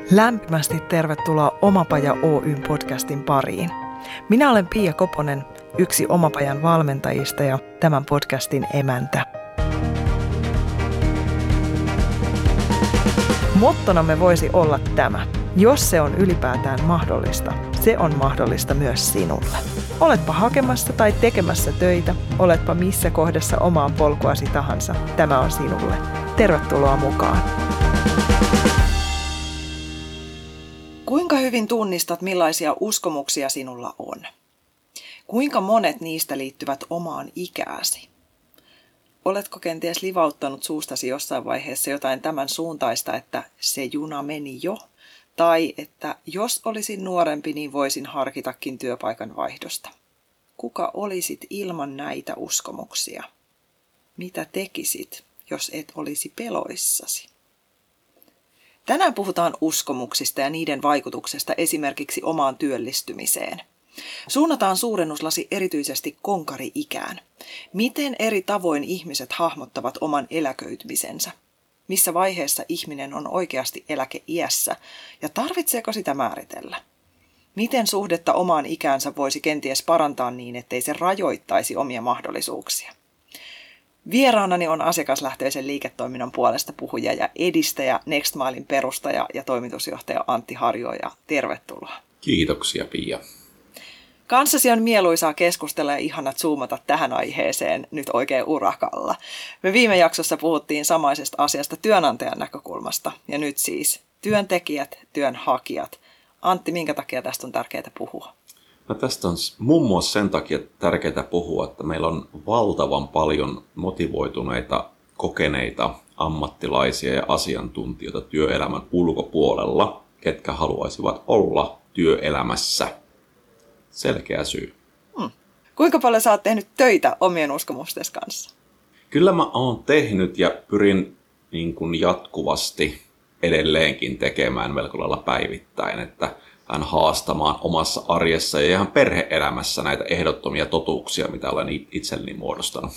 Lämpimästi tervetuloa Omapaja Oyn podcastin pariin. Minä olen Pia Koponen, yksi Omapajan valmentajista ja tämän podcastin emäntä. Mottonamme voisi olla tämä. Jos se on ylipäätään mahdollista, se on mahdollista myös sinulle. Oletpa hakemassa tai tekemässä töitä, oletpa missä kohdassa omaa polkuasi tahansa, tämä on sinulle. Tervetuloa mukaan. Kuinka hyvin tunnistat, millaisia uskomuksia sinulla on? Kuinka monet niistä liittyvät omaan ikääsi? Oletko kenties livauttanut suustasi jossain vaiheessa jotain tämän suuntaista, että se juna meni jo? Tai että jos olisin nuorempi, niin voisin harkitakin työpaikan vaihdosta. Kuka olisit ilman näitä uskomuksia? Mitä tekisit, jos et olisi peloissasi? Tänään puhutaan uskomuksista ja niiden vaikutuksesta esimerkiksi omaan työllistymiseen. Suunnataan suurennuslasi erityisesti konkari-ikään. Miten eri tavoin ihmiset hahmottavat oman eläköitymisensä? Missä vaiheessa ihminen on oikeasti eläkeiässä ja tarvitseeko sitä määritellä? Miten suhdetta omaan ikäänsä voisi kenties parantaa niin, ettei se rajoittaisi omia mahdollisuuksia? Vieraanani on asiakaslähtöisen liiketoiminnan puolesta puhuja ja edistäjä, Nextmilen perustaja ja toimitusjohtaja Antti Harjoja. Tervetuloa. Kiitoksia, Pia. Kanssasi on mieluisaa keskustella ja ihana zoomata tähän aiheeseen nyt oikein urakalla. Me viime jaksossa puhuttiin samaisesta asiasta työnantajan näkökulmasta ja nyt siis työntekijät, työnhakijat. Antti, minkä takia tästä on tärkeää puhua? No tästä on muun muassa sen takia tärkeää puhua, että meillä on valtavan paljon motivoituneita, kokeneita ammattilaisia ja asiantuntijoita työelämän ulkopuolella, ketkä haluaisivat olla työelämässä. Selkeä syy. Kuinka paljon sä oot tehnyt töitä omien uskomustesi kanssa? Kyllä mä oon tehnyt ja pyrin niin kuin jatkuvasti edelleenkin tekemään melko lailla päivittäin, että hän haastamaan omassa arjessa ja ihan perhe-elämässä näitä ehdottomia totuuksia, mitä olen itselleni muodostanut.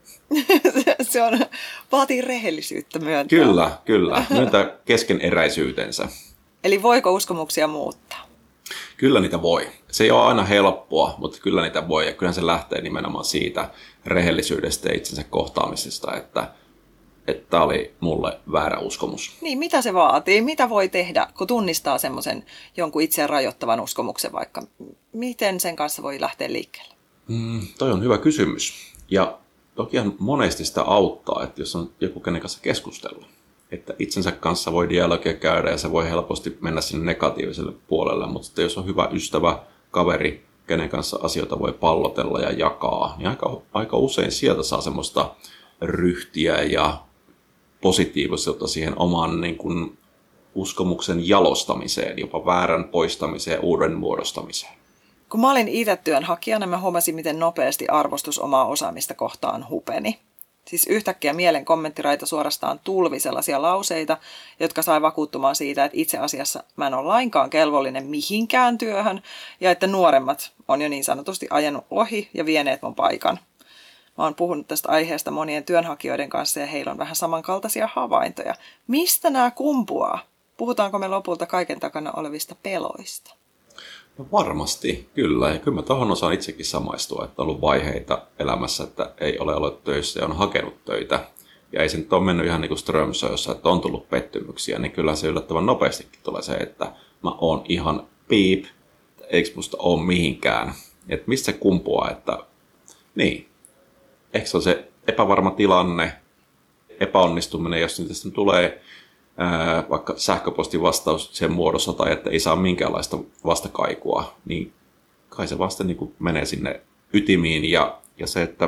Se vaatii rehellisyyttä myöntää. Kyllä. Myöntää keskeneräisyytensä. Eli voiko uskomuksia muuttaa? Kyllä niitä voi. Se ei ole aina helppoa, mutta kyllä niitä voi. Ja kyllähän se lähtee nimenomaan siitä rehellisyydestä ja itsensä kohtaamisesta, että tämä oli mulle väärä uskomus. Niin, mitä se vaatii? Mitä voi tehdä, kun tunnistaa semmoisen jonkun itseään rajoittavan uskomuksen vaikka? Miten sen kanssa voi lähteä liikkeelle? Toi on hyvä kysymys. Ja tokihan monesti sitä auttaa, että jos on joku kenen kanssa keskustella. Että itsensä kanssa voi dialogia käydä ja se voi helposti mennä sinne negatiiviselle puolelle. Mutta sitten jos on hyvä ystävä, kaveri, kenen kanssa asioita voi pallotella ja jakaa, niin aika usein sieltä saa semmoista ryhtiä ja positiivisuutta siihen oman niin kuin, uskomuksen jalostamiseen, jopa väärän poistamiseen ja uuden muodostamiseen. Kun mä olin itse työnhakijana, mä huomasin, miten nopeasti arvostus omaa osaamista kohtaan hupeni. Siis yhtäkkiä mielen kommenttiraita suorastaan tulvi sellaisia lauseita, jotka sai vakuuttumaan siitä, että itse asiassa mä en ole lainkaan kelvollinen mihinkään työhön ja että nuoremmat on jo niin sanotusti ajanut ohi ja vieneet mun paikan. Mä oon puhunut tästä aiheesta monien työnhakijoiden kanssa ja heillä on vähän samankaltaisia havaintoja. Mistä nämä kumpuaa? Puhutaanko me lopulta kaiken takana olevista peloista? No varmasti, kyllä. Ja kyllä mä tohon osaan itsekin samaistua, että on ollut vaiheita elämässä, että ei ole ollut töissä ja on hakenut töitä. Ja ei se nyt ole mennyt ihan niin kuin Strömsössä, että on tullut pettymyksiä, niin kyllä se yllättävän nopeastikin tulee se, että mä oon ihan piip, eikö musta ole mihinkään. Että mistä se kumpuaa, että niin. Eikö se ole se epävarma tilanne, epäonnistuminen, jos niistä tulee vaikka sähköpostivastaus sen muodossa tai että ei saa minkäänlaista vastakaikua, niin kai se vasta niin kuin menee sinne ytimiin ja se, että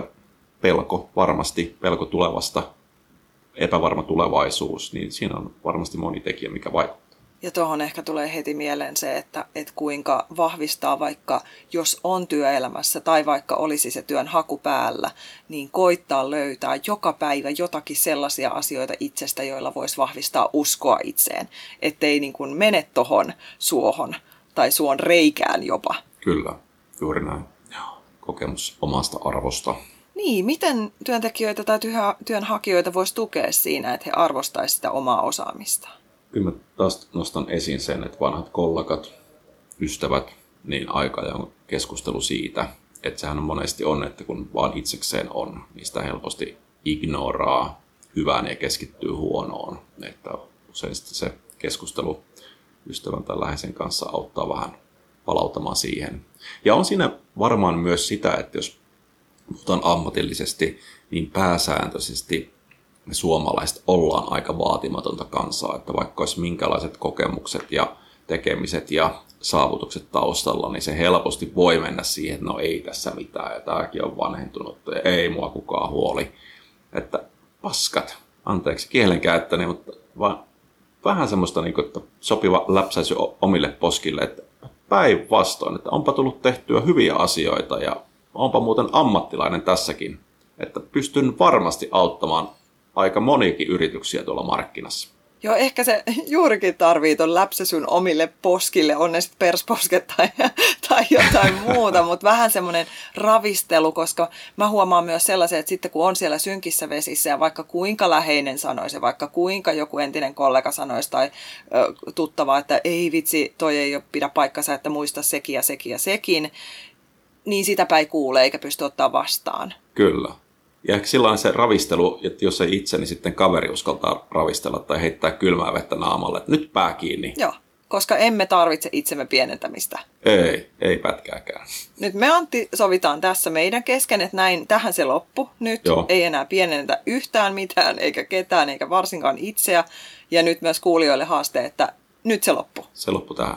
pelko tulevasta, epävarma tulevaisuus, niin siinä on varmasti moni tekijä, mikä vaikuttaa. Ja tuohon ehkä tulee heti mieleen se, että kuinka vahvistaa vaikka, jos on työelämässä tai vaikka olisi se työn haku päällä, niin koittaa löytää joka päivä jotakin sellaisia asioita itsestä, joilla voisi vahvistaa uskoa itseen, ettei niin kuin mene tohon suohon tai suon reikään jopa. Kyllä, juuri näin. Kokemus omasta arvosta. Niin, miten työntekijöitä tai työnhakijoita voisi tukea siinä, että he arvostaisivat sitä omaa osaamistaan? Kyllä mä taas nostan esiin sen, että vanhat kollegat, ystävät, niin aika ja keskustelu siitä, että sehän monesti on, että kun vaan itsekseen on, niin sitä helposti ignoraa hyvään ja keskittyy huonoon. Että usein se keskustelu ystävän tai läheisen kanssa auttaa vähän palauttamaan siihen. Ja on siinä varmaan myös sitä, että jos puhutaan ammatillisesti, niin pääsääntöisesti me suomalaiset ollaan aika vaatimatonta kansaa, että vaikka olisi minkälaiset kokemukset ja tekemiset ja saavutukset taustalla, niin se helposti voi mennä siihen, että no ei tässä mitään ja tämäkin on vanhentunut ja ei mua kukaan huoli. Että paskat, anteeksi kielenkäyttäni, mutta vaan vähän semmoista, että sopiva läpsäisy omille poskille, että päinvastoin, että onpa tullut tehtyä hyviä asioita ja onpa muuten ammattilainen tässäkin, että pystyn varmasti auttamaan aika moniakin yrityksiä tuolla markkinassa. Joo, ehkä se juurikin tarvii ton läpsäsyn omille poskille, on ne sitten persposket tai jotain muuta, mutta vähän semmoinen ravistelu, koska mä huomaan myös sellaisen, että sitten kun on siellä synkissä vesissä ja vaikka kuinka läheinen sanoisi, vaikka kuinka joku entinen kollega sanoisi tai tuttava, että ei vitsi, toi ei ole pidä paikkansa, että muista sekin ja sekin ja sekin, niin sitäpä ei kuule eikä pysty ottaa vastaan. Kyllä. Ja silloin se ravistelu, että jos ei itse, niin sitten kaveri uskaltaa ravistella tai heittää kylmää vettä naamalle, että nyt pää kiinni. Joo, koska emme tarvitse itsemme pienentämistä. Ei pätkääkään. Nyt me Antti sovitaan tässä meidän kesken, että näin, tähän se loppu. Nyt Joo. Ei enää pienennetä yhtään mitään, eikä ketään, eikä varsinkaan itseä. Ja nyt myös kuulijoille haaste, että nyt se loppu. Se loppu tähän.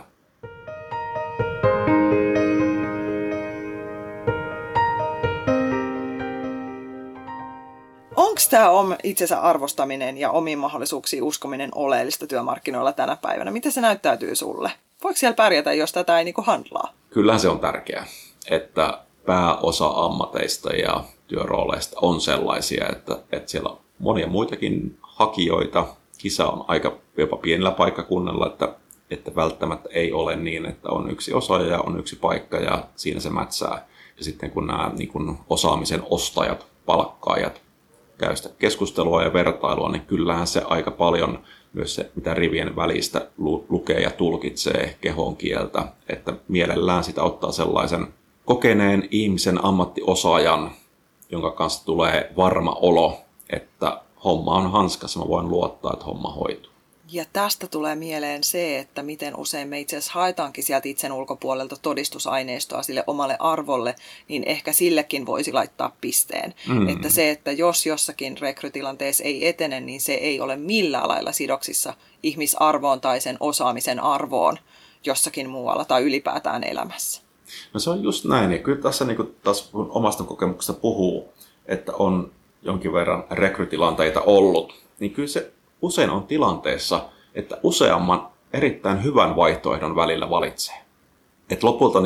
Onko tämä itsensä arvostaminen ja omiin mahdollisuuksiin uskominen oleellista työmarkkinoilla tänä päivänä? Miten se näyttäytyy sulle? Voiko siellä pärjätä, jos tätä ei handlaa? Kyllähän se on tärkeää, että pääosa ammateista ja työrooleista on sellaisia, että siellä on monia muitakin hakijoita. Kisa on aika jopa pienellä paikkakunnalla, että välttämättä ei ole niin, että on yksi osaaja ja on yksi paikka ja siinä se mätsää. Ja sitten kun nämä osaamisen ostajat, palkkaajat, käy sitä keskustelua ja vertailua, niin kyllähän se aika paljon myös se, mitä rivien välistä lukee ja tulkitsee kehon kieltä, että mielellään sitä ottaa sellaisen kokeneen ihmisen ammattiosaajan, jonka kanssa tulee varma olo, että homma on hanskassa, mä voin luottaa, että homma hoituu. Ja tästä tulee mieleen se, että miten usein me itse asiassa haetaankin sieltä itsen ulkopuolelta todistusaineistoa sille omalle arvolle, niin ehkä sillekin voisi laittaa pisteen. Että se, että jos jossakin rekrytilanteessa ei etene, niin se ei ole millään lailla sidoksissa ihmisarvoon tai sen osaamisen arvoon jossakin muualla tai ylipäätään elämässä. No se on just näin. Ja kyllä tässä taas kun omasta kokemuksesta puhuu, että on jonkin verran rekrytilanteita ollut, niin kyllä se usein on tilanteessa, että useamman erittäin hyvän vaihtoehdon välillä valitsee. Et lopulta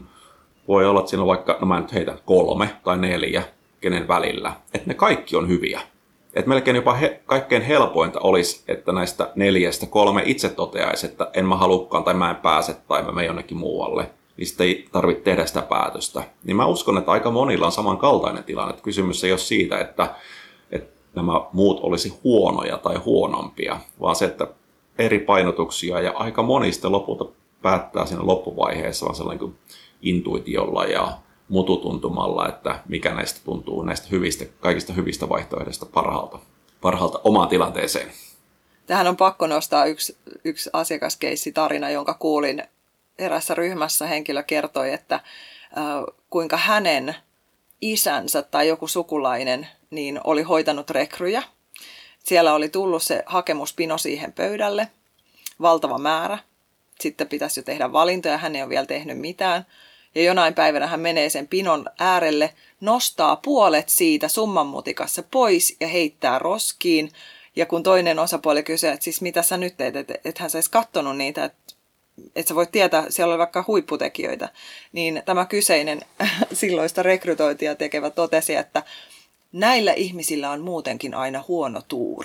voi olla, että siinä on vaikka, no mä nyt heitän 3 tai 4, kenen välillä, että ne kaikki on hyviä. Et melkein jopa kaikkein helpointa olisi, että näistä 4 3 itse toteaisi, että en mä halukkaan tai mä en pääse tai mä menen jonnekin muualle. Niin sitten ei tarvitse tehdä sitä päätöstä. Niin mä uskon, että aika monilla on samankaltainen tilanne. Kysymys ei ole siitä, että nämä muut olisi huonoja tai huonompia, vaan se, että eri painotuksia ja aika monista lopulta päättää siinä loppuvaiheessa vaan sellainen kuin intuitiolla ja mututuntumalla, että mikä näistä tuntuu näistä kaikista hyvistä vaihtoehdoista parhaalta omaan tilanteeseen. Tähän on pakko nostaa yksi asiakaskeissi-tarina, jonka kuulin erässä ryhmässä. Henkilö kertoi, että kuinka hänen isänsä tai joku sukulainen niin oli hoitanut rekryjä. Siellä oli tullut se hakemuspino siihen pöydälle, valtava määrä. Sitten pitäisi jo tehdä valintoja, hän ei ole vielä tehnyt mitään. Ja jonain päivänä hän menee sen pinon äärelle, nostaa puolet siitä summanmutikassa pois ja heittää roskiin. Ja kun toinen osapuoli kysyy, että siis mitä sä nyt teet, että hän sä edes katsonut niitä, että sä voit tietää, siellä oli vaikka huipputekijöitä, niin tämä kyseinen silloista rekrytointia tekevä totesi, että näillä ihmisillä on muutenkin aina huono tuuri.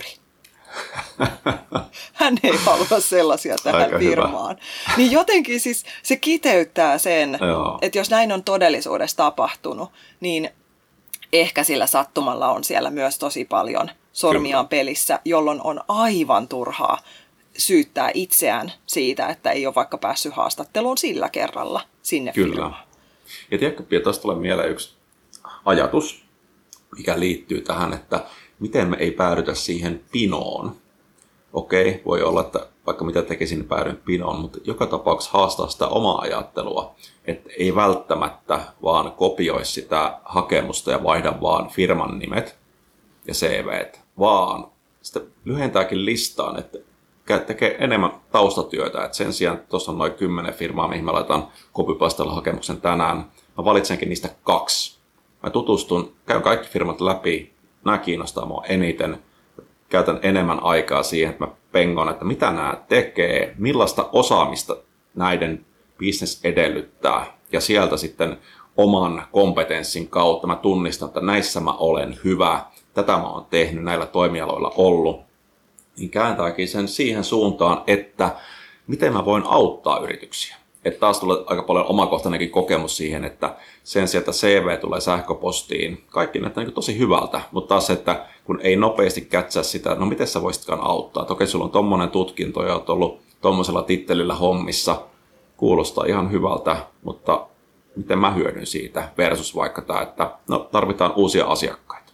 Hän ei halua sellaisia tähän aika firmaan. Hyvä. Niin jotenkin siis se kiteyttää sen, että jos näin on todellisuudessa tapahtunut, niin ehkä sillä sattumalla on siellä myös tosi paljon sormiaan pelissä, jolloin on aivan turhaa syyttää itseään siitä, että ei ole vaikka päässyt haastatteluun sillä kerralla sinne firmaan. Ja tiedätkö, Pia, tuosta tulee mieleen yksi ajatus, mikä liittyy tähän, että miten me ei päädytä siihen pinoon. Okei, voi olla, että vaikka mitä tekisin, niin päädyn pinoon, mutta joka tapauksessa haastaa sitä omaa ajattelua, että ei välttämättä vaan kopioi sitä hakemusta ja vaihda vaan firman nimet ja CVt, vaan sitä lyhentääkin listaan, että tekee enemmän taustatyötä. Että sen sijaan, että tuossa on noin 10 firmaa, mihin mä laitan copypastella hakemuksen tänään, mä valitsenkin niistä 2. Mä tutustun, käyn kaikki firmat läpi, nämä kiinnostaa mua eniten, käytän enemmän aikaa siihen, että mä pengon, että mitä nämä tekee, millaista osaamista näiden business edellyttää. Ja sieltä sitten oman kompetenssin kautta mä tunnistan, että näissä mä olen hyvä, tätä mä oon tehnyt, näillä toimialoilla ollut. Niin kääntääkin sen siihen suuntaan, että miten mä voin auttaa yrityksiä. Että taas tulee aika paljon omakohtainenkin kokemus siihen, että sen sijaan, että CV tulee sähköpostiin, kaikki näyttää niin tosi hyvältä, mutta taas se, että kun ei nopeasti kätsää sitä, no miten sä voisitkaan auttaa. Toki sulla on tommonen tutkinto ja oot ollut tommosella tittelillä hommissa, kuulostaa ihan hyvältä, mutta miten mä hyödyn siitä versus vaikka tämä, että no tarvitaan uusia asiakkaita.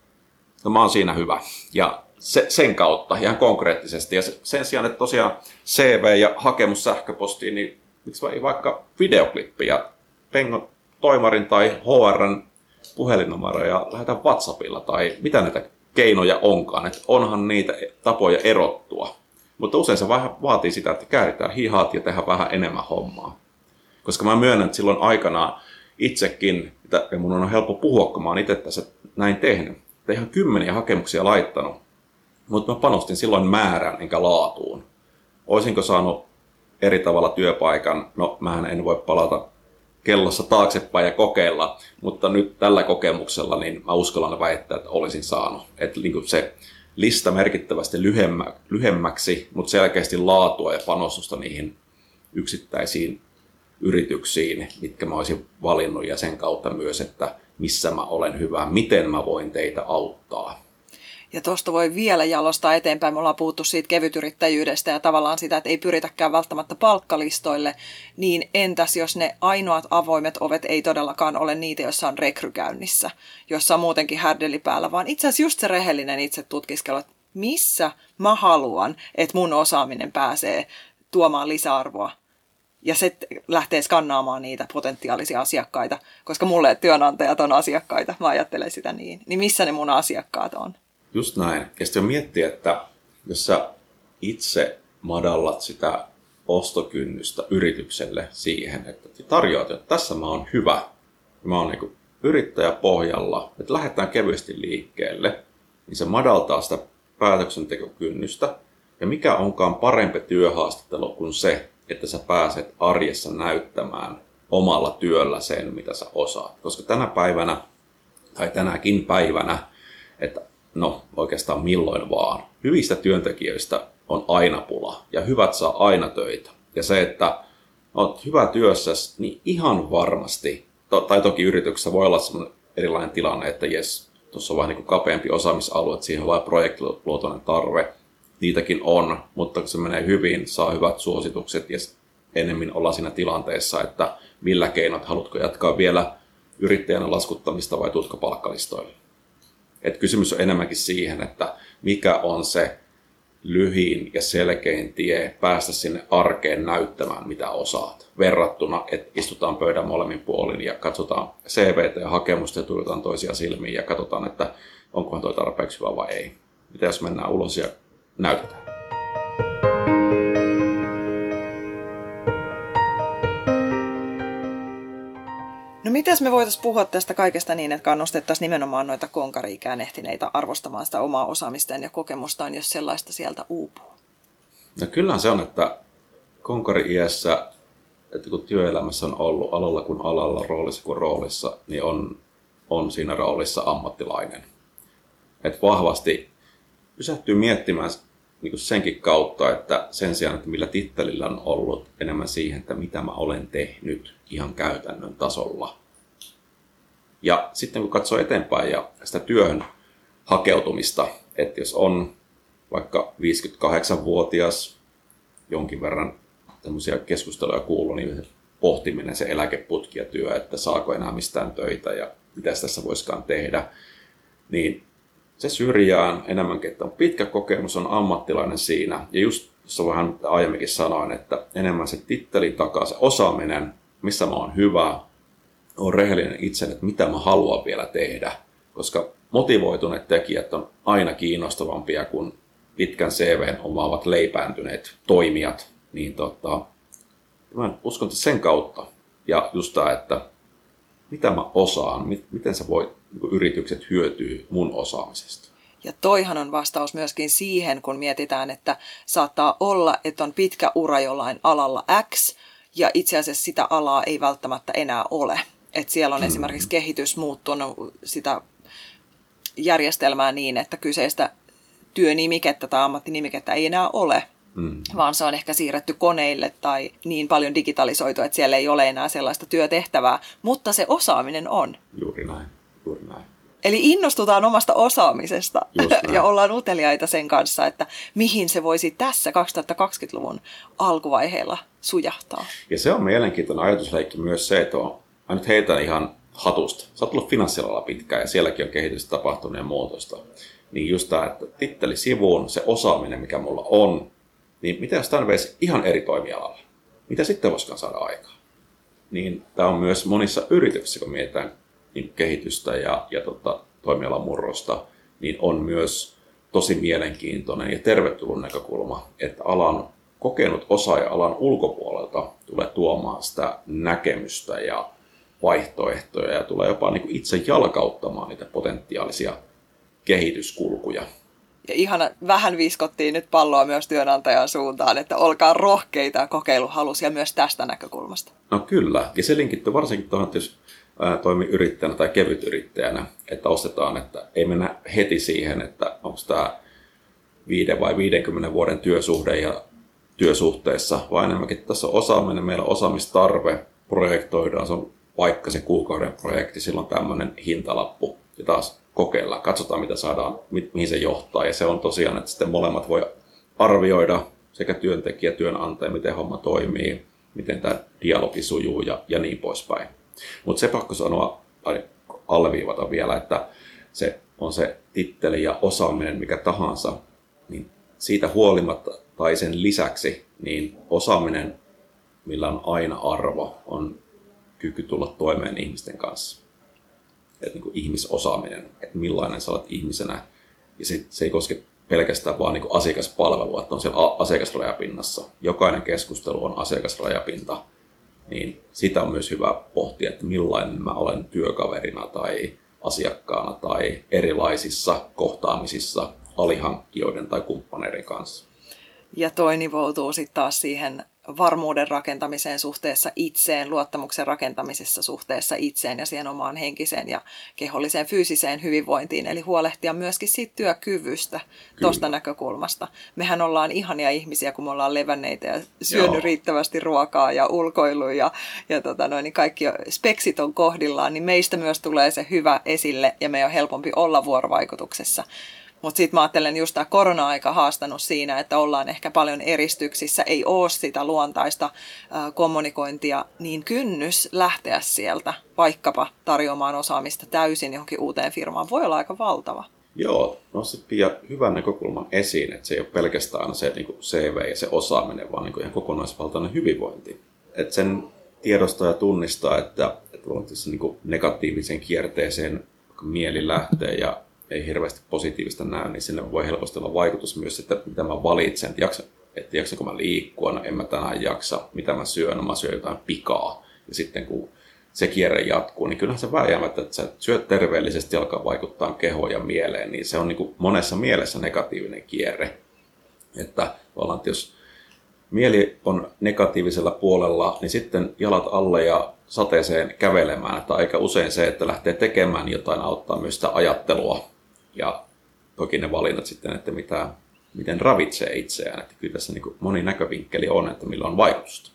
No mä oon siinä hyvä. Ja sen kautta ihan konkreettisesti. Ja sen sijaan, että tosiaan CV ja hakemus sähköpostiin, niin miksi ei vaikka videoklippi ja pengon toimarin tai HRn puhelinnumero ja lähdetään WhatsAppilla tai mitä näitä keinoja onkaan. Että onhan niitä tapoja erottua. Mutta usein se vaatii sitä, että kääritään hihat ja tehdään vähän enemmän hommaa. Koska mä myönnän, että silloin aikanaan itsekin, ja mun on helppo puhua, kun mä oon itse tässä näin tehnyt. Että ihan 10 hakemuksia laittanut, mutta mä panostin silloin määrään enkä laatuun. Oisinko saanut eri tavalla työpaikan? No, mähän en voi palata kellossa taaksepäin ja kokeilla, mutta nyt tällä kokemuksella niin mä uskallan väittää, että olisin saanut. Että niin se lista merkittävästi lyhemmäksi, mutta selkeästi laatua ja panostusta niihin yksittäisiin yrityksiin, mitkä mä olisin valinnut ja sen kautta myös, että missä mä olen hyvä, miten mä voin teitä auttaa. Ja tuosta voi vielä jalostaa eteenpäin. Me ollaan puhuttu siitä kevytyrittäjyydestä ja tavallaan sitä, että ei pyritäkään välttämättä palkkalistoille. Niin entäs jos ne ainoat avoimet ovet ei todellakaan ole niitä, joissa on rekrykäynnissä, jossa on muutenkin härdeli päällä, vaan itse asiassa just se rehellinen itse tutkiskelu, että missä mä haluan, että mun osaaminen pääsee tuomaan lisäarvoa. Ja se lähtee skannaamaan niitä potentiaalisia asiakkaita, koska mulle työnantajat on asiakkaita, mä ajattelen sitä niin. Niin missä ne mun asiakkaat on? Just näin. Ja sitten miettii, että jos sä itse madallat sitä ostokynnystä yritykselle siihen, että tarjoat, että tässä mä oon hyvä, mä oon niin yrittäjäpohjalla, että lähdetään kevyesti liikkeelle, niin se madaltaa sitä päätöksentekokynnystä. Ja mikä onkaan parempi työhaastattelu kuin se, että sä pääset arjessa näyttämään omalla työllä sen, mitä sä osaat. Koska tänä päivänä, tai tänäkin päivänä, että no oikeastaan milloin vaan, hyvistä työntekijöistä on aina pula, ja hyvät saa aina töitä. Ja se, että olet hyvä työssä, niin ihan varmasti, tai toki yrityksessä voi olla sellainen erilainen tilanne, että jes, tuossa on vähän niin kuin kapeampi osaamisalue, että siihen on vain projektiluotoinen tarve. Niitäkin on, mutta kun se menee hyvin, saa hyvät suositukset ja enemmän ollaan siinä tilanteessa, että millä keinot haluatko jatkaa vielä yrittäjänä laskuttamista vai tuutko palkkalistoille. Et kysymys on enemmänkin siihen, että mikä on se lyhin ja selkein tie päästä sinne arkeen näyttämään, mitä osaat. Verrattuna, että istutaan pöydän molemmin puolin ja katsotaan CVtä ja hakemusta ja tuijotetaan toisia silmiin ja katsotaan, että onkohan toi tarpeeksi hyvä vai ei. Mitä jos mennään ulos ja näytetään. No mitäs me voitaisiin puhua tästä kaikesta niin, että kannustettaisiin nimenomaan noita konkari-ikään ehtineitä arvostamaan sitä omaa osaamistaan ja kokemustaan, jos sellaista sieltä uupuu? No kyllähän se on, että konkari-iässä, että kun työelämässä on ollut alalla kuin alalla, roolissa kuin roolissa, niin on siinä roolissa ammattilainen. Että vahvasti pysähtyy miettimään niin senkin kautta, että sen sijaan, että millä tittelillä on ollut enemmän siihen, että mitä mä olen tehnyt ihan käytännön tasolla. Ja sitten kun katsoo eteenpäin ja sitä työhön hakeutumista, että jos on vaikka 58-vuotias jonkin verran tämmöisiä keskusteluja kuullut, niin pohtiminen, se eläkeputki ja työ, että saako enää mistään töitä ja mitä tässä voisikaan tehdä, niin se syrjään enemmänkin, että on pitkä kokemus, on ammattilainen siinä. Ja just tuossa vähän aiemminkin sanoin, että enemmän se titteli takaa, se osaaminen, missä mä oon hyvä, on rehellinen itselle, että mitä mä haluan vielä tehdä. Koska motivoituneet tekijät on aina kiinnostavampia kuin pitkän CV:n omaavat leipääntyneet toimijat. Niin mä uskon, että sen kautta. Ja just tämä, että mitä mä osaan, miten sä voit, yritykset hyötyy mun osaamisesta. Ja toihan on vastaus myöskin siihen, kun mietitään, että saattaa olla, että on pitkä ura jollain alalla X, ja itse asiassa sitä alaa ei välttämättä enää ole. Että siellä on esimerkiksi kehitys muuttunut sitä järjestelmää niin, että kyseistä työnimikettä tai ammattinimikettä ei enää ole, vaan se on ehkä siirretty koneille tai niin paljon digitalisoitu, että siellä ei ole enää sellaista työtehtävää, mutta se osaaminen on. Juuri näin. Eli innostutaan omasta osaamisesta ja ollaan uteliaita sen kanssa, että mihin se voisi tässä 2020-luvun alkuvaiheella sujahtaa. Ja se on mielenkiintoinen ajatusleikki myös se, että mä nyt heitän ihan hatusta. Sä oot ollut finanssialalla pitkään ja sielläkin on kehitystä tapahtunut ja muutosta. Niin just tämä, että titteli sivuun, se osaaminen, mikä mulla on, niin mitä jos tämän veisi ihan eri toimialalla? Mitä sitten voisikaan saada aikaa? Niin tämä on myös monissa yrityksissä, kun mietitään niin kehitystä ja toimialan murrosta, niin on myös tosi mielenkiintoinen ja tervetullut näkökulma, että alan kokenut osaaja alan ulkopuolelta tulee tuomaan sitä näkemystä ja vaihtoehtoja ja tulee jopa niin kuin itse jalkauttamaan niitä potentiaalisia kehityskulkuja. Ja ihana, vähän viskottiin nyt palloa myös työnantajan suuntaan, että olkaa rohkeita ja kokeiluhaluisia myös tästä näkökulmasta. No kyllä, ja se linkittyy varsinkin tuohon, jos toimii yrittäjänä tai kevytyrittäjänä, että ostetaan, että ei mennä heti siihen, että onko tämä 5 vai 50 vuoden työsuhde ja työsuhteessa, vaan enemmänkin tässä on osaaminen, meillä on osaamistarve, projektoidaan, se on vaikka se kuukauden projekti, silloin tämmöinen hintalappu ja taas kokeillaan, katsotaan mitä saadaan, mihin se johtaa ja se on tosiaan, että sitten molemmat voi arvioida sekä työntekijä, työnantaja, miten homma toimii, miten tämä dialogi sujuu ja niin poispäin. Mutta se pakko sanoa tai alleviivata vielä, että se on se titteli ja osaaminen mikä tahansa, niin siitä huolimatta tai sen lisäksi, niin osaaminen, millä on aina arvo, on kyky tulla toimeen ihmisten kanssa. Että niin kuin ihmisosaaminen, että millainen sä olet ihmisenä. Ja se ei koske pelkästään vaan niin kuin asiakaspalvelua, että on siellä asiakasrajapinnassa. Jokainen keskustelu on asiakasrajapinta. Niin sitä on myös hyvä pohtia, että millainen mä olen työkaverina tai asiakkaana tai erilaisissa kohtaamisissa alihankkijoiden tai kumppaneiden kanssa. Ja toi nivoutuu sitten taas siihen varmuuden rakentamiseen suhteessa itseen, luottamuksen rakentamisessa suhteessa itseen ja siihen omaan henkiseen ja keholliseen fyysiseen hyvinvointiin. Eli huolehtia myöskin siitä työkyvystä tuosta näkökulmasta. Mehän ollaan ihania ihmisiä, kun me ollaan levänneitä ja syönyt riittävästi ruokaa ja ulkoilu niin kaikki speksit on kohdillaan, niin meistä myös tulee se hyvä esille ja meidän on helpompi olla vuorovaikutuksessa. Mutta sitten mä ajattelen just tämä korona-aika haastanut siinä, että ollaan ehkä paljon eristyksissä, ei ole sitä luontaista kommunikointia, niin kynnys lähteä sieltä vaikkapa tarjoamaan osaamista täysin johonkin uuteen firmaan voi olla aika valtava. Joo, nostit Pia hyvän näkökulman esiin, että se ei ole pelkästään se niin kuin CV ja se osaaminen, vaan niin kuin ihan kokonaisvaltainen hyvinvointi. Että sen tiedostaa ja tunnistaa, että on tässä niin kuin negatiivisen kierteeseen mieli lähtee ja ei hirveästi positiivista näy, niin sinne voi helposti olla vaikutus myös, että mitä mä valitsen, että jaksanko mä liikkua, no en mä tänään jaksa, mitä mä syön, no mä syön jotain pikaa. Ja sitten kun se kierre jatkuu, niin kyllähän se vääjäämättä, että sä syöt terveellisesti, alkaa vaikuttaa kehoon ja mieleen, niin se on niin kuin monessa mielessä negatiivinen kierre. Että jos mieli on negatiivisella puolella, niin sitten jalat alle ja sateeseen kävelemään, että aika usein se, että lähtee tekemään jotain, auttaa myös sitä ajattelua. Ja toki ne valinnat sitten, että miten ravitsee itseään. Että kyllä tässä niin kuin moni näkövinkkeli on, että millä on vaikutusta.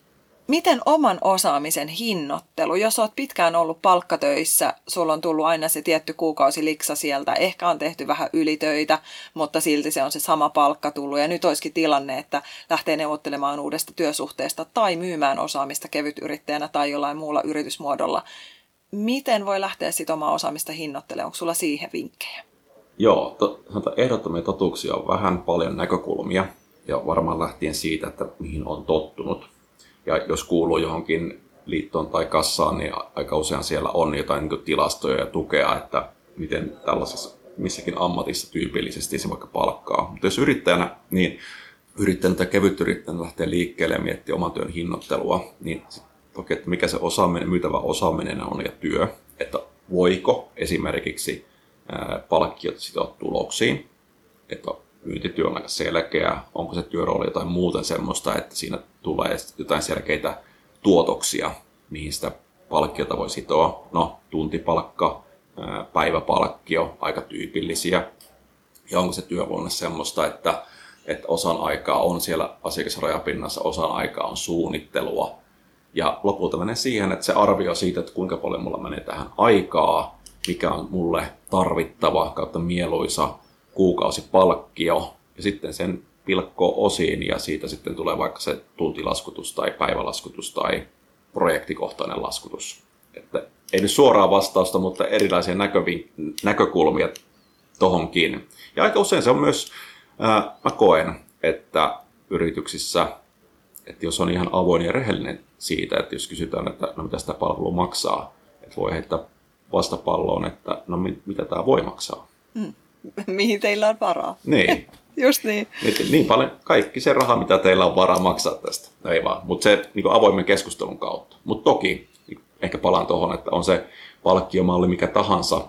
Miten oman osaamisen hinnoittelu? Jos olet pitkään ollut palkkatöissä, sulla on tullut aina se tietty kuukausiliksa sieltä, ehkä on tehty vähän ylitöitä, mutta silti se on se sama palkka tullut. Ja nyt olisikin tilanne, että lähtee neuvottelemaan uudesta työsuhteesta tai myymään osaamista kevytyrittäjänä tai jollain muulla yritysmuodolla. Miten voi lähteä sit omaa osaamista hinnoittelemaan? Onko sulla siihen vinkkejä? Joo, ehdottomia totuuksia on vähän paljon näkökulmia ja varmaan lähtien siitä, että mihin on tottunut. Ja jos kuuluu johonkin liittoon tai kassaan, niin aika usein siellä on jotain niin tilastoja ja tukea, että miten tällaisessa missäkin ammatissa tyypillisesti se vaikka palkkaa. Mutta jos yrittäjänä, niin yrittäjänä tai kevytyrittäjänä lähtee liikkeelle ja miettii oman työn hinnoittelua, niin toki, että mikä se osaaminen, myytävä osaaminen on ja työ, että voiko esimerkiksi palkkiot sitoa tuloksiin, että myyntityö on aika selkeä, onko se työrooli jotain muuten semmoista, että siinä tulee jotain selkeitä tuotoksia, mihin sitä palkkiota voi sitoa. No, tuntipalkka, päiväpalkkio, aika tyypillisiä. Ja onko se työluonne semmoista, että osan aikaa on siellä asiakasrajapinnassa, osan aikaa on suunnittelua. Ja lopulta menee siihen, että se arvio siitä, että kuinka paljon mulla menee tähän aikaa, mikä on mulle tarvittava kautta mieluisa kuukausipalkkio, ja sitten sen pilkkoo osiin, ja siitä sitten tulee vaikka se tuntilaskutus tai päivälaskutus tai projektikohtainen laskutus. Että ei nyt suoraa vastausta, mutta erilaisia näkökulmia tohonkin. Ja aika usein se on myös, mä koen, että yrityksissä, että jos on ihan avoin ja rehellinen siitä, että jos kysytään, että no mitä sitä palvelu maksaa, että voi heittää vastapalloon, että no mitä tämä voi maksaa. Mihin teillä on varaa. Niin. Just niin. Niin paljon, kaikki se raha, mitä teillä on varaa maksaa tästä. No ei vaan, mutta se niin avoimen keskustelun kautta. Mutta toki, ehkä palaan tuohon, että on se palkkiomalli mikä tahansa,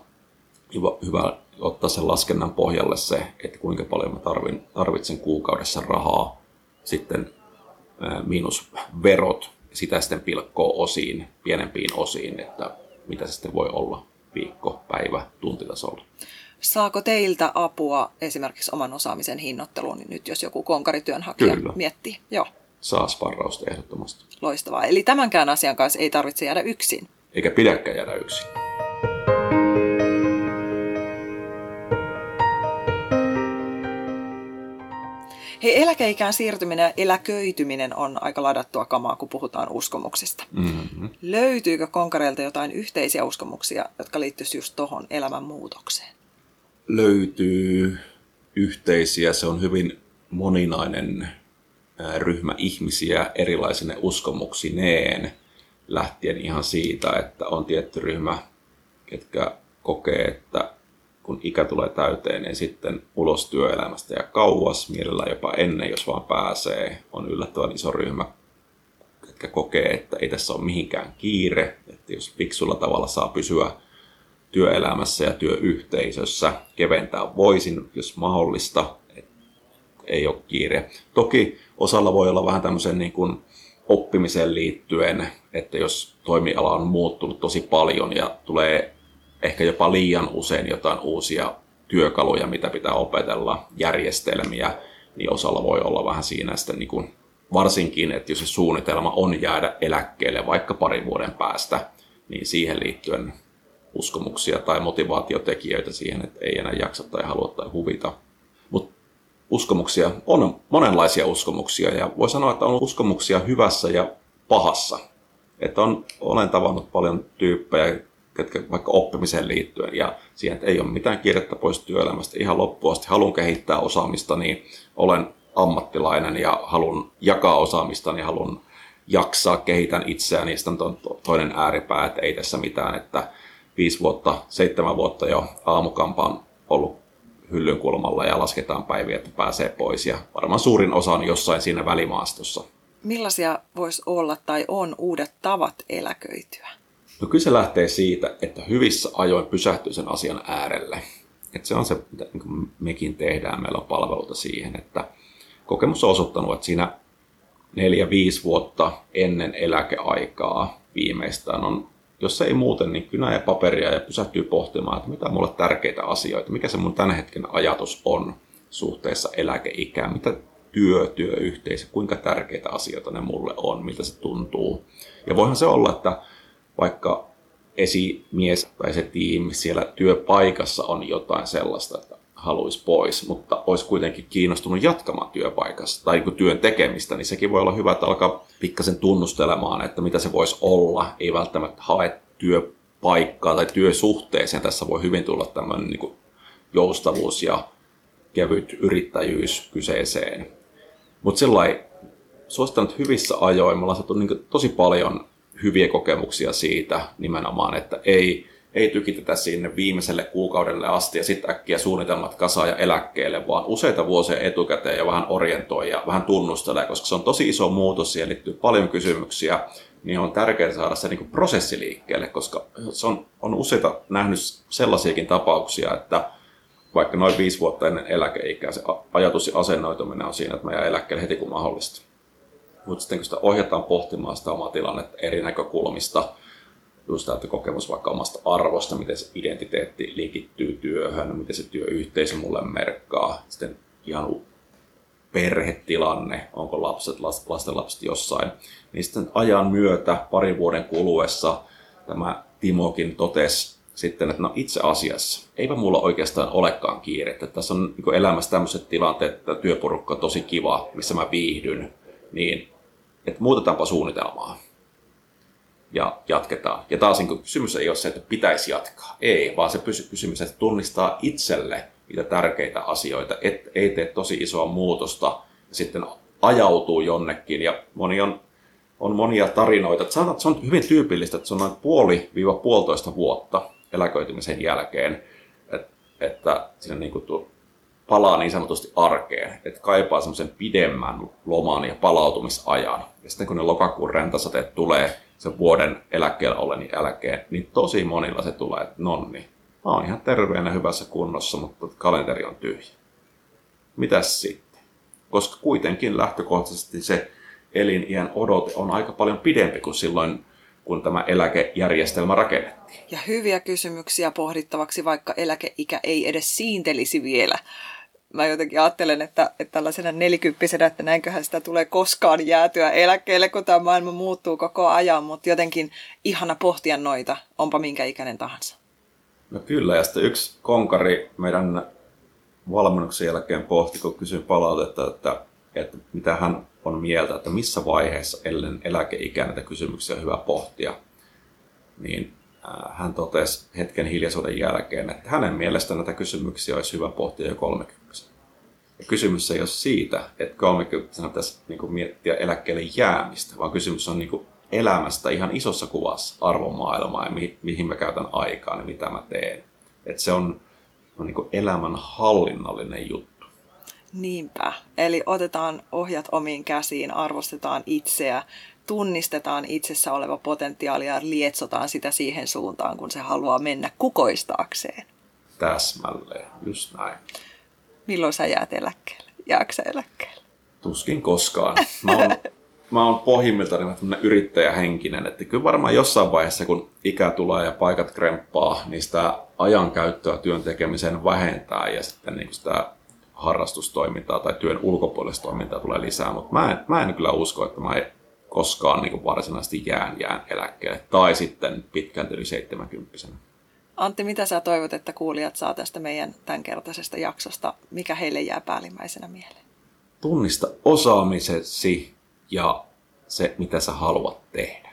hyvä ottaa sen laskennan pohjalle se, että kuinka paljon mä tarvitsen kuukaudessa rahaa, sitten miinus verot, sitä sitten pilkkoo osiin, pienempiin osiin, että mitä se sitten voi olla viikko, päivä, tuntitasolla. Saako teiltä apua esimerkiksi oman osaamisen hinnoitteluun, niin nyt jos joku konkarityönhakija miettii? Joo. Saa sparrausta ehdottomasti. Loistavaa. Eli tämänkään asian kanssa ei tarvitse jäädä yksin. Eikä pidäkään jäädä yksin. Hei, eläkeikään siirtyminen ja eläköityminen on aika ladattua kamaa, kun puhutaan uskomuksista. Mm-hmm. Löytyykö konkareilta jotain yhteisiä uskomuksia, jotka liittyisivät just tuohon elämänmuutokseen? Löytyy yhteisiä. Se on hyvin moninainen ryhmä ihmisiä erilaisine uskomuksineen, lähtien ihan siitä, että on tietty ryhmä, ketkä kokee, että kun ikä tulee täyteen, niin sitten ulos työelämästä ja kauas, mielellään jopa ennen, jos vaan pääsee. On yllättävän iso ryhmä, ketkä kokee, että ei tässä ole mihinkään kiire, että jos fiksulla tavalla saa pysyä työelämässä ja työyhteisössä, keventää voisin, jos mahdollista, ei ole kiire. Toki osalla voi olla vähän tämmöisen niin kuin oppimiseen liittyen, että jos toimiala on muuttunut tosi paljon ja tulee ehkä jopa liian usein jotain uusia työkaluja, mitä pitää opetella, järjestelmiä, niin osalla voi olla vähän siinä sitten niin kuin, varsinkin, että jos se suunnitelma on jäädä eläkkeelle vaikka parin vuoden päästä, niin siihen liittyen uskomuksia tai motivaatiotekijöitä siihen, että ei enää jaksa tai halua tai huvita. Mutta uskomuksia on monenlaisia uskomuksia ja voi sanoa, että on uskomuksia hyvässä ja pahassa. Että olen tavannut paljon tyyppejä, ketkä vaikka oppimiseen liittyen ja siihen, että ei ole mitään kiirettä pois työelämästä ihan loppuun asti. Haluan kehittää osaamista, niin olen ammattilainen ja haluan jakaa osaamista, niin haluan jaksaa, kehitän itseäni. Sitten on toinen ääripää, että ei tässä mitään, että 5 vuotta, 7 vuotta jo aamukampa on ollut hyllyn kulmalla ja lasketaan päiviä, että pääsee pois. Ja varmaan suurin osa on jossain siinä välimaastossa. Millaisia voisi olla tai on uudet tavat eläköityä? No kyllä se lähtee siitä, että hyvissä ajoin pysähtyy sen asian äärelle. Että se on se, mitä mekin tehdään. Meillä on palveluita siihen, että kokemus on osoittanut, että siinä 4-5 vuotta ennen eläkeaikaa viimeistään on, jos ei muuten, niin kynä ja paperia ja pysähtyy pohtimaan, että mitä on mulle tärkeitä asioita, mikä se mun tämän hetken ajatus on suhteessa eläkeikään, työyhteisö, kuinka tärkeitä asioita ne mulle on, miltä se tuntuu. Ja voihan se olla, että vaikka esimies tai se tiimi siellä työpaikassa on jotain sellaista, että haluaisi pois, mutta olisi kuitenkin kiinnostunut jatkamaan työpaikassa tai työn tekemistä, niin sekin voi olla hyvä, että alkaa pikkasen tunnustelemaan, että mitä se voisi olla. Ei välttämättä hae työpaikkaa tai työsuhteeseen. Tässä voi hyvin tulla tämmöinen niin kuin joustavuus ja kevyt yrittäjyys kyseeseen. Mutta sellainen, suosittelen hyvissä ajoin, me ollaan saatu niin tosi paljon hyviä kokemuksia siitä nimenomaan, että ei tykitetä sinne viimeiselle kuukaudelle asti ja sitten äkkiä suunnitelmat kasaan ja eläkkeelle, vaan useita vuosia etukäteen ja vähän orientoi ja vähän tunnustelee, koska se on tosi iso muutos, siihen liittyy paljon kysymyksiä, niin on tärkeää saada se niin kuin prosessi liikkeelle, koska se on useita nähnyt sellaisiakin tapauksia, että vaikka noin 5 vuotta ennen eläkeikää se ajatus ja asennoituminen on siinä, että mä jää eläkkeelle heti kun mahdollista. Mutta sitten kun sitä ohjataan pohtimaan sitä omaa tilannetta eri näkökulmista, just täältä kokemus vaikka omasta arvosta, miten se identiteetti linkittyy työhön, miten se työyhteisö mulle merkkaa, sitten ihan perhetilanne, onko lastenlapset jossain, niin sitten ajan myötä, 2 vuoden kuluessa, tämä Timokin totesi sitten, että no itse asiassa, eipä mulla oikeastaan olekaan kiirettä. Tässä on niin elämässä tämmöiset tilanteet, että työporukka on tosi kiva, missä mä viihdyn, niin että muutetaanpa suunnitelmaa ja jatketaan. Ja taas niin kysymys ei ole se, että pitäisi jatkaa. Ei, vaan se kysymys, että tunnistaa itselle niitä tärkeitä asioita, että ei tee tosi isoa muutosta ja sitten ajautuu jonnekin. Ja on monia tarinoita. Se on hyvin tyypillistä, että se on noin 0,5–1,5 vuotta eläköitymisen jälkeen, että siinä niin kuin palaa niin sanotusti arkeen, että kaipaa semmoisen pidemmän loman ja palautumisajan. Ja sitten kun ne lokakuun rentasateet tulee sen vuoden eläkkeellä ollen jälkeen, niin tosi monilla se tulee, että nonni, mä oon ihan terveenä hyvässä kunnossa, mutta kalenteri on tyhjä. Mitäs sitten? Koska kuitenkin lähtökohtaisesti se eliniän odote on aika paljon pidempi kuin silloin, kun tämä eläkejärjestelmä rakennettiin. Ja hyviä kysymyksiä pohdittavaksi, vaikka eläkeikä ei edes siintelisi vielä. Mä jotenkin ajattelen, että tällaisena 40-vuotiaana, että näinköhän sitä tulee koskaan jäätyä eläkkeelle, kun tämä maailma muuttuu koko ajan, mutta jotenkin ihana pohtia noita, onpa minkä ikäinen tahansa. No kyllä, ja sitten yksi konkari meidän valmennuksen jälkeen pohti, kun kysyin palautetta, että mitä hän on mieltä, että missä vaiheessa ennen eläkeikää näitä kysymyksiä on hyvä pohtia, niin hän totesi hetken hiljaisuuden jälkeen, että hänen mielestään näitä kysymyksiä olisi hyvä pohtia jo 30. Ja kysymys ei ole siitä, että 30 pitäisi miettiä eläkkeelle jäämistä, vaan kysymys on elämästä ihan isossa kuvassa, arvomaailmaa ja mihin mä käytän aikaa ja mitä mä teen. Että se on elämän hallinnallinen juttu. Niinpä. Eli otetaan ohjat omiin käsiin, arvostetaan itseä, tunnistetaan itsessä oleva potentiaali ja lietsotaan sitä siihen suuntaan, kun se haluaa mennä kukoistaakseen. Täsmälleen, just näin. Milloin sä jäät eläkkeelle? Jääkö sä eläkkeelle? Tuskin koskaan. Mä oon pohjimmiltani tämmöinen yrittäjähenkinen, että kyllä varmaan jossain vaiheessa, kun ikä tulee ja paikat kremppaa, niin sitä ajankäyttöä työn tekemiseen vähentää ja sitten niin sitä harrastustoimintaa tai työn ulkopuolista toimintaa tulee lisää, mutta mä en kyllä usko, että mä koskaan niin varsinaisesti jään eläkkeelle tai sitten pitkälti yli 70. Antti, mitä sä toivot, että kuulijat saa tästä meidän tämänkertaisesta jaksosta? Mikä heille jää päällimmäisenä mieleen? Tunnista osaamisesi ja se, mitä sä haluat tehdä.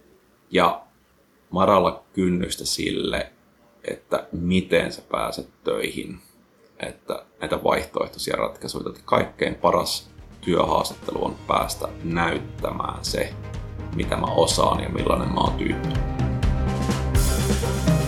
Ja madalla kynnystä sille, että miten sä pääset töihin. Että näitä vaihtoehtoisia ratkaisuja, että kaikkein paras työhaastattelu on päästä näyttämään se, mitä mä osaan ja millainen mä oon tyyppi.